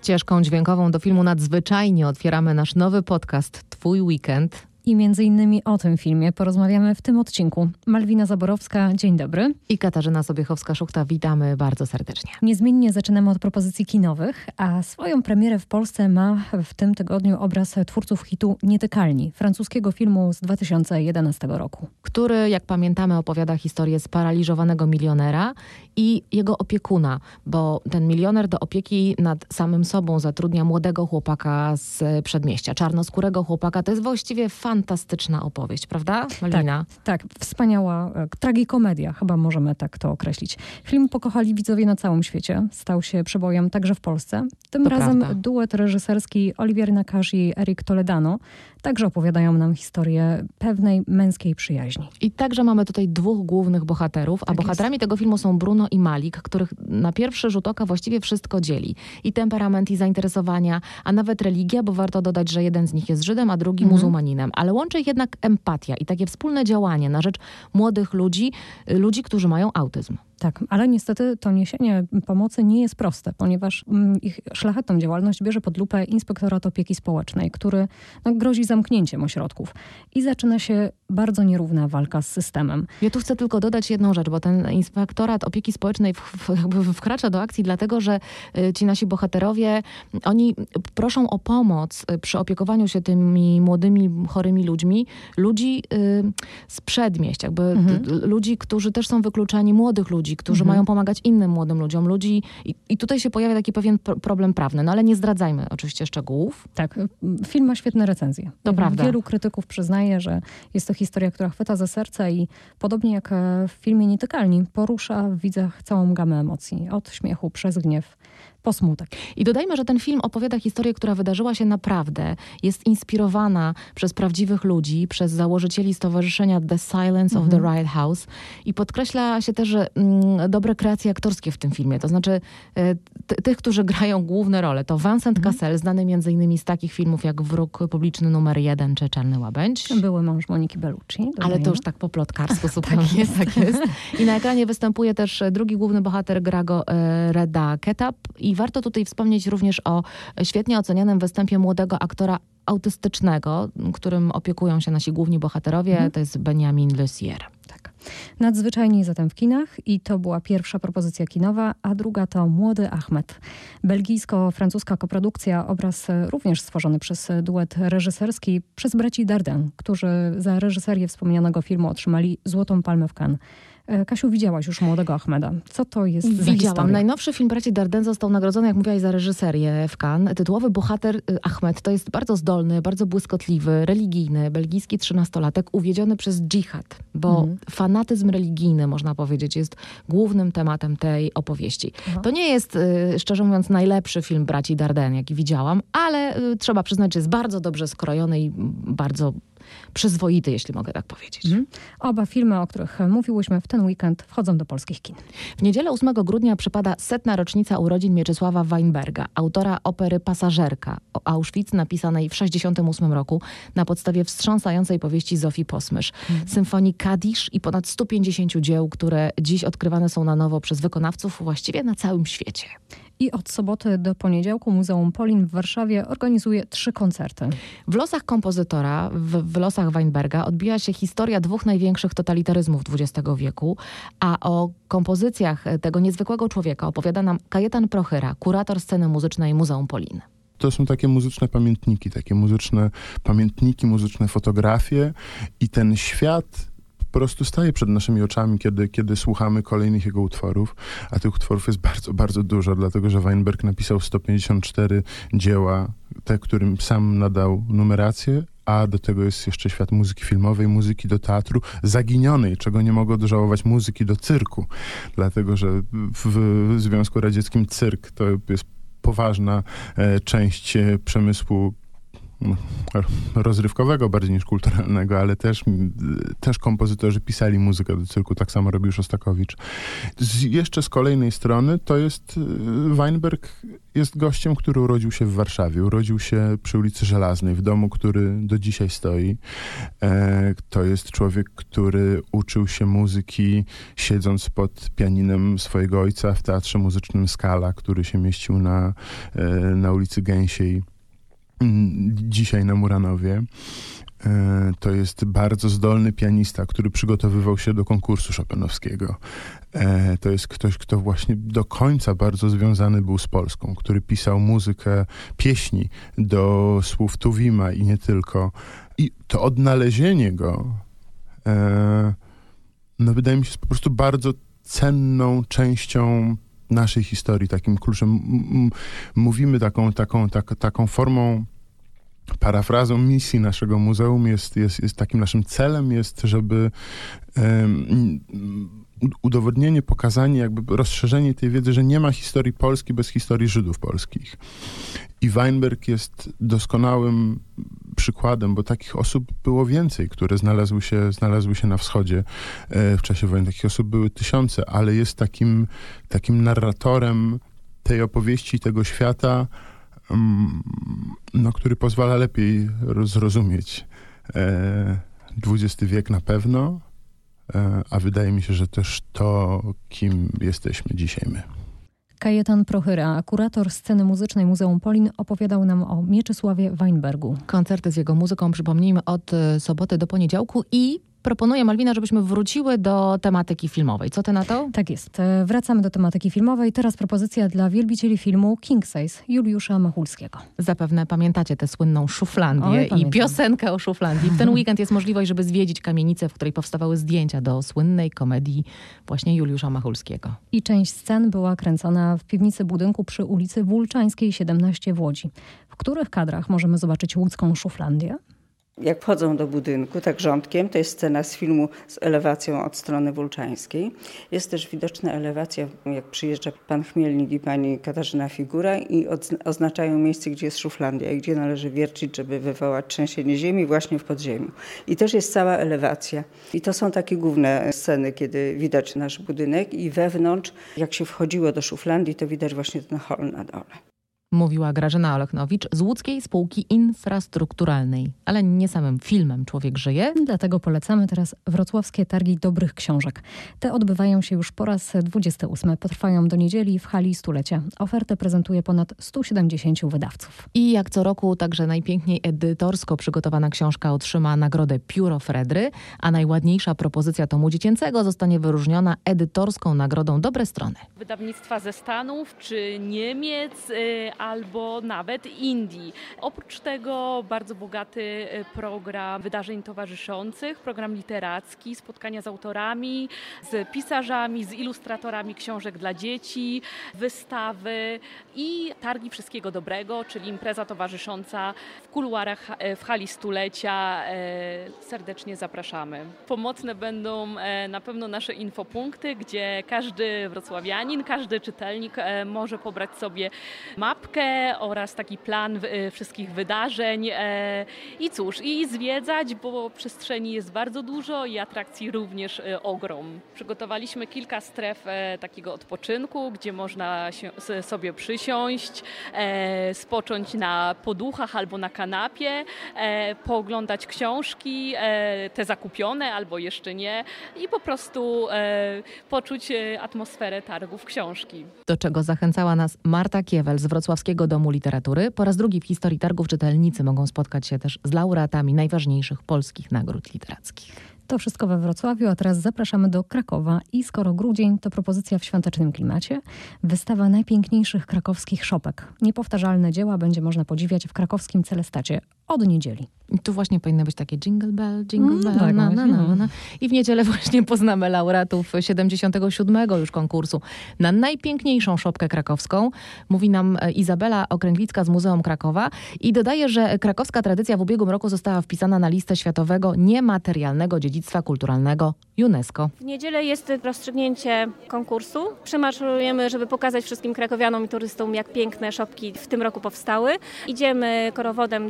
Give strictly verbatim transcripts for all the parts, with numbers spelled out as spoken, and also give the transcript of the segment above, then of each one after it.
ścieżką dźwiękową do filmu Nadzwyczajnie otwieramy nasz nowy podcast Twój Weekend. I między innymi o tym filmie porozmawiamy w tym odcinku. Malwina Zaborowska, dzień dobry. I Katarzyna Sobiechowska-Szuchta, witamy bardzo serdecznie. Niezmiennie zaczynamy od propozycji kinowych, a swoją premierę w Polsce ma w tym tygodniu obraz twórców hitu Nietykalni, francuskiego filmu z dwa tysiące jedenastego roku. Który, jak pamiętamy, opowiada historię sparaliżowanego milionera i jego opiekuna, bo ten milioner do opieki nad samym sobą zatrudnia młodego chłopaka z przedmieścia, czarnoskórego chłopaka. To jest właściwie fantastyczna opowieść, prawda, Malwina? Tak, tak, wspaniała e, tragikomedia, chyba możemy tak to określić. Film pokochali widzowie na całym świecie, stał się przebojem także w Polsce. Tym To razem prawda. duet reżyserski Olivier Nakache i Eric Toledano także opowiadają nam historię pewnej męskiej przyjaźni. I także mamy tutaj dwóch głównych bohaterów, a Tak bohaterami jest. tego filmu są Bruno i Malik, których na pierwszy rzut oka właściwie wszystko dzieli. I temperament, i zainteresowania, a nawet religia, bo warto dodać, że jeden z nich jest Żydem, a drugi Mhm. muzułmaninem. Ale łączy ich jednak empatia i takie wspólne działanie na rzecz młodych ludzi, y, ludzi, którzy mają autyzm. Tak, ale niestety to niesienie pomocy nie jest proste, ponieważ mm, ich szlachetną działalność bierze pod lupę Inspektorat Opieki Społecznej, który no, grozi zamknięciem ośrodków. I zaczyna się bardzo nierówna walka z systemem. Ja tu chcę tylko dodać jedną rzecz, bo ten Inspektorat Opieki Społecznej w, w, jakby wkracza do akcji dlatego, że y, ci nasi bohaterowie, oni proszą o pomoc y, przy opiekowaniu się tymi młodymi, chorymi ludźmi, ludzi y, z przedmieść, jakby Mhm. d- d- ludzi, którzy też są wykluczani, młodych ludzi, którzy Mhm. mają pomagać innym młodym ludziom, ludzi i, i tutaj się pojawia taki pewien pro- problem prawny, no ale nie zdradzajmy oczywiście szczegółów. Tak, film ma świetne recenzje. To prawda. Wielu krytyków przyznaje, że jest to historia, która chwyta za serce i podobnie jak w filmie Nietykalni, porusza w widzach całą gamę emocji. Od śmiechu przez gniew po smutek. I dodajmy, że ten film opowiada historię, która wydarzyła się naprawdę, jest inspirowana przez prawdziwych ludzi, przez założycieli stowarzyszenia The Silence of the Riot House i podkreśla się też, że mm, dobre kreacje aktorskie w tym filmie, to znaczy e, t- tych, którzy grają główne role. To Vincent Cassel, znany między innymi z takich filmów jak Wróg publiczny numer jeden czy Czarny łabędź. Były mąż Moniki Bellucci. Ale dodajmy. to już tak po plotkarsku zupełnie, tak jest. I na ekranie występuje też drugi główny bohater, gra go e, Reda Kettab. I warto tutaj wspomnieć również o świetnie ocenianym występie młodego aktora autystycznego, którym opiekują się nasi główni bohaterowie. Mhm. To jest Benjamin Lussier. Tak. Nadzwyczajni zatem w kinach i to była pierwsza propozycja kinowa, a druga to Młody Ahmed. Belgijsko-francuska koprodukcja, obraz również stworzony przez duet reżyserski przez braci Dardenne, którzy za reżyserię wspomnianego filmu otrzymali Złotą Palmę w Cannes. E, Kasiu, widziałaś już Młodego Ahmeda. Co to jest za Widziałam. historia? Najnowszy film braci Dardenne został nagrodzony, jak mówiłaś, za reżyserię w Cannes. Tytułowy bohater y, Ahmed to jest bardzo zdolny, bardzo błyskotliwy, religijny, belgijski trzynastolatek uwiedziony przez dżihad, bo Mhm. fanatyzm religijny, można powiedzieć, jest głównym tematem tej opowieści. Aha. To nie jest, y, szczerze mówiąc, najlepszy film braci Dardenne, jaki widziałam, ale y, trzeba przyznać, że jest bardzo dobrze skrojony i bardzo przyzwoity, jeśli mogę tak powiedzieć. Mhm. Oba filmy, o których mówiłyśmy w ten weekend, wchodzą do polskich kin. W niedzielę ósmego grudnia przypada setna rocznica urodzin Mieczysława Weinberga, autora opery Pasażerka o Auschwitz, napisanej w sześćdziesiątym ósmym roku na podstawie wstrząsającej powieści Zofii Posmysz, symfonii Kadisz i ponad stu pięćdziesięciu dzieł, które dziś odkrywane są na nowo przez wykonawców właściwie na całym świecie. I od soboty do poniedziałku Muzeum Polin w Warszawie organizuje trzy koncerty. W losach kompozytora, w, w losach Weinberga odbija się historia dwóch największych totalitaryzmów dwudziestego wieku, a o kompozycjach tego niezwykłego człowieka opowiada nam Kajetan Prochyra, kurator sceny muzycznej Muzeum Polin. To są takie muzyczne pamiętniki, takie muzyczne pamiętniki, muzyczne fotografie i ten świat po prostu staje przed naszymi oczami, kiedy, kiedy słuchamy kolejnych jego utworów, a tych utworów jest bardzo, bardzo dużo, dlatego że Weinberg napisał sto pięćdziesiąt cztery dzieła, te, którym sam nadał numerację, a do tego jest jeszcze świat muzyki filmowej, muzyki do teatru, zaginionej, czego nie mogę odżałować, muzyki do cyrku, dlatego że w Związku Radzieckim cyrk to jest poważna e, część e, przemysłu rozrywkowego bardziej niż kulturalnego, ale też, też kompozytorzy pisali muzykę do cyrku, tak samo robił Szostakowicz. Z, jeszcze z kolejnej strony to jest Weinberg jest gościem, który urodził się w Warszawie. Urodził się przy ulicy Żelaznej, w domu, który do dzisiaj stoi. E, to jest człowiek, który uczył się muzyki siedząc pod pianinem swojego ojca w Teatrze Muzycznym Scala, który się mieścił na, e, na ulicy Gęsiej, dzisiaj na Muranowie. To jest bardzo zdolny pianista, który przygotowywał się do konkursu chopinowskiego. To jest ktoś, kto właśnie do końca bardzo związany był z Polską, który pisał muzykę, pieśni do słów Tuwima i nie tylko. I to odnalezienie go, no wydaje mi się, jest po prostu bardzo cenną częścią naszej historii, takim kluczem. M- mówimy taką, taką, tak, taką formą, parafrazą misji naszego muzeum jest, jest, jest takim naszym celem jest, żeby um, udowodnienie, pokazanie, jakby rozszerzenie tej wiedzy, że nie ma historii Polski bez historii Żydów polskich. I Weinberg jest doskonałym przykładem, bo takich osób było więcej, które znalazły się, znalazły się na wschodzie e, w czasie wojny. Takich osób były tysiące, ale jest takim, takim narratorem tej opowieści, tego świata, no, który pozwala lepiej zrozumieć e, dwudziesty wiek na pewno, e, a wydaje mi się, że też to, kim jesteśmy dzisiaj my. Kajetan Prochyra, kurator sceny muzycznej Muzeum Polin, opowiadał nam o Mieczysławie Weinbergu. Koncerty z jego muzyką, przypomnijmy, od soboty do poniedziałku i proponuję, Malwina, żebyśmy wróciły do tematyki filmowej. Co ty na to? Tak jest. Wracamy do tematyki filmowej. Teraz propozycja dla wielbicieli filmu King Size Juliusza Machulskiego. Zapewne pamiętacie tę słynną Szuflandię Oj, i piosenkę o Szuflandii. W ten weekend jest możliwość, żeby zwiedzić kamienicę, w której powstawały zdjęcia do słynnej komedii właśnie Juliusza Machulskiego. I część scen była kręcona w piwnicy budynku przy ulicy Wólczańskiej siedemnaście w Łodzi. W których kadrach możemy zobaczyć łódzką Szuflandię? Jak wchodzą do budynku, tak rządkiem, to jest scena z filmu z elewacją od strony wólczańskiej. Jest też widoczna elewacja, jak przyjeżdża pan Chmielnik i pani Katarzyna Figura i oznaczają miejsce, gdzie jest Szuflandia i gdzie należy wiercić, żeby wywołać trzęsienie ziemi właśnie w podziemiu. I też jest cała elewacja. I to są takie główne sceny, kiedy widać nasz budynek i wewnątrz, jak się wchodziło do Szuflandii, to widać właśnie ten hol na dole. Mówiła Grażyna Olechnowicz z Łódzkiej Spółki Infrastrukturalnej. Ale nie samym filmem człowiek żyje. Dlatego polecamy teraz wrocławskie targi dobrych książek. Te odbywają się już po raz dwudziesty ósmy. Potrwają do niedzieli w hali stulecia. Ofertę prezentuje ponad stu siedemdziesięciu wydawców. I jak co roku także najpiękniej edytorsko przygotowana książka otrzyma nagrodę Pióro Fredry, a najładniejsza propozycja tomu dziecięcego zostanie wyróżniona edytorską nagrodą Dobre Strony. Wydawnictwa ze Stanów czy Niemiec, albo nawet Indii. Oprócz tego bardzo bogaty program wydarzeń towarzyszących, program literacki, spotkania z autorami, z pisarzami, z ilustratorami książek dla dzieci, wystawy i targi wszystkiego dobrego, czyli impreza towarzysząca w kuluarach w hali stulecia. Serdecznie zapraszamy. Pomocne będą na pewno nasze infopunkty, gdzie każdy wrocławianin, każdy czytelnik może pobrać sobie mapkę oraz taki plan wszystkich wydarzeń i cóż, i zwiedzać, bo przestrzeni jest bardzo dużo i atrakcji również ogrom. Przygotowaliśmy kilka stref takiego odpoczynku, gdzie można się, sobie przysiąść, spocząć na poduchach albo na kanapie, pooglądać książki, te zakupione albo jeszcze nie i po prostu poczuć atmosferę targów książki. Do czego zachęcała nas Marta Kiewel z Wrocławskiego Domu Literatury. Po raz drugi w historii targów czytelnicy mogą spotkać się też z laureatami najważniejszych polskich nagród literackich. To wszystko we Wrocławiu, a teraz zapraszamy do Krakowa i skoro grudzień, to propozycja w świątecznym klimacie. Wystawa najpiękniejszych krakowskich szopek. Niepowtarzalne dzieła będzie można podziwiać w krakowskim Celestacie od niedzieli. I tu właśnie powinny być takie jingle bell, jingle bell, mm, tak, na, na, na, na. I w niedzielę właśnie poznamy laureatów siedemdziesiątego siódmego już konkursu na najpiękniejszą szopkę krakowską. Mówi nam Izabela Okręglicka z Muzeum Krakowa i dodaje, że krakowska tradycja w ubiegłym roku została wpisana na listę światowego niematerialnego dziedzictwa kulturalnego UNESCO. W niedzielę jest rozstrzygnięcie konkursu. Przymarszujemy, żeby pokazać wszystkim krakowianom i turystom, jak piękne szopki w tym roku powstały. Idziemy korowodem do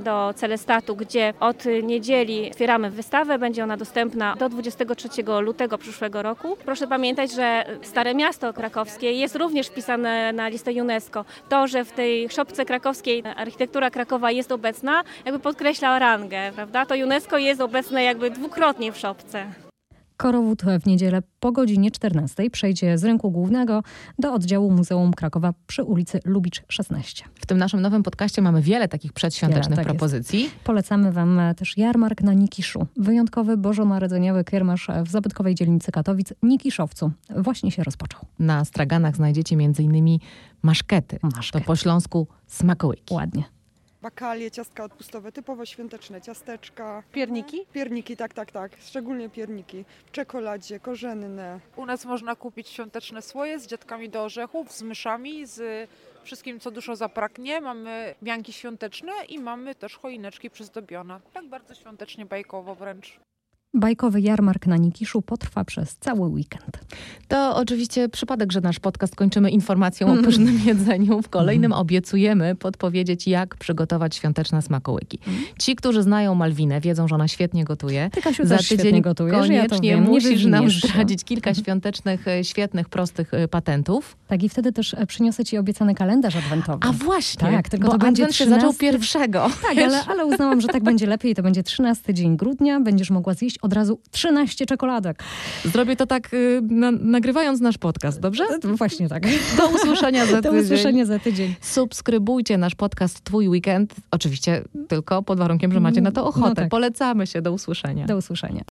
Celestatu, gdzie od niedzieli otwieramy wystawę. Będzie ona dostępna do dwudziestego trzeciego lutego przyszłego roku. Proszę pamiętać, że Stare Miasto Krakowskie jest również wpisane na listę UNESCO. To, że w tej szopce krakowskiej architektura Krakowa jest obecna, jakby podkreśla rangę, prawda? To UNESCO jest obecne jakby dwukrotnie w szopce. Korowód w niedzielę po godzinie czternastej przejdzie z rynku głównego do oddziału Muzeum Krakowa przy ulicy Lubicz szesnaście. W tym naszym nowym podcaście mamy wiele takich przedświątecznych Wiele, tak propozycji. Jest. Polecamy Wam też jarmark na Nikiszu. Wyjątkowy bożonarodzeniowy kiermasz w zabytkowej dzielnicy Katowic Nikiszowcu. Właśnie się rozpoczął. Na straganach znajdziecie między innymi maszkety. Maszkety. To po śląsku smakołyki. Ładnie. Bakalie, ciastka odpustowe, typowo świąteczne, ciasteczka. Pierniki? Pierniki, tak, tak, tak. Szczególnie pierniki. W czekoladzie, korzenne. U nas można kupić świąteczne słoje z dziadkami do orzechów, z myszami, z wszystkim, co duszo zapragnie. Mamy wianki świąteczne i mamy też choineczki przyzdobione. Tak bardzo świątecznie, bajkowo wręcz. Bajkowy jarmark na Nikiszu potrwa przez cały weekend. To oczywiście przypadek, że nasz podcast kończymy informacją o pysznym jedzeniu. W kolejnym obiecujemy podpowiedzieć, jak przygotować świąteczne smakołyki. Ci, którzy znają Malwinę, wiedzą, że ona świetnie gotuje. Ty, Kasiu, Za też tydzień świetnie gotujesz, koniecznie ja to wiem, nie musisz nam wywiniesz się. zdradzić kilka świątecznych, świetnych, prostych y, patentów. Tak, i wtedy też przyniosę Ci obiecany kalendarz adwentowy. A właśnie, Tak, tylko bo to będzie adwent się zaczął trzynasty pierwszego. Tak, ale, ale uznałam, że tak będzie lepiej. To będzie trzynasty dzień grudnia. Będziesz mogła zjeść od razu trzynaście czekoladek. Zrobię to tak y, na, nagrywając nasz podcast, dobrze? Właśnie tak. Do usłyszenia za Do tydzień. usłyszenia za tydzień. Subskrybujcie nasz podcast Twój Weekend. Oczywiście tylko pod warunkiem, że macie na to ochotę. No tak. Polecamy się. Do usłyszenia. Do usłyszenia.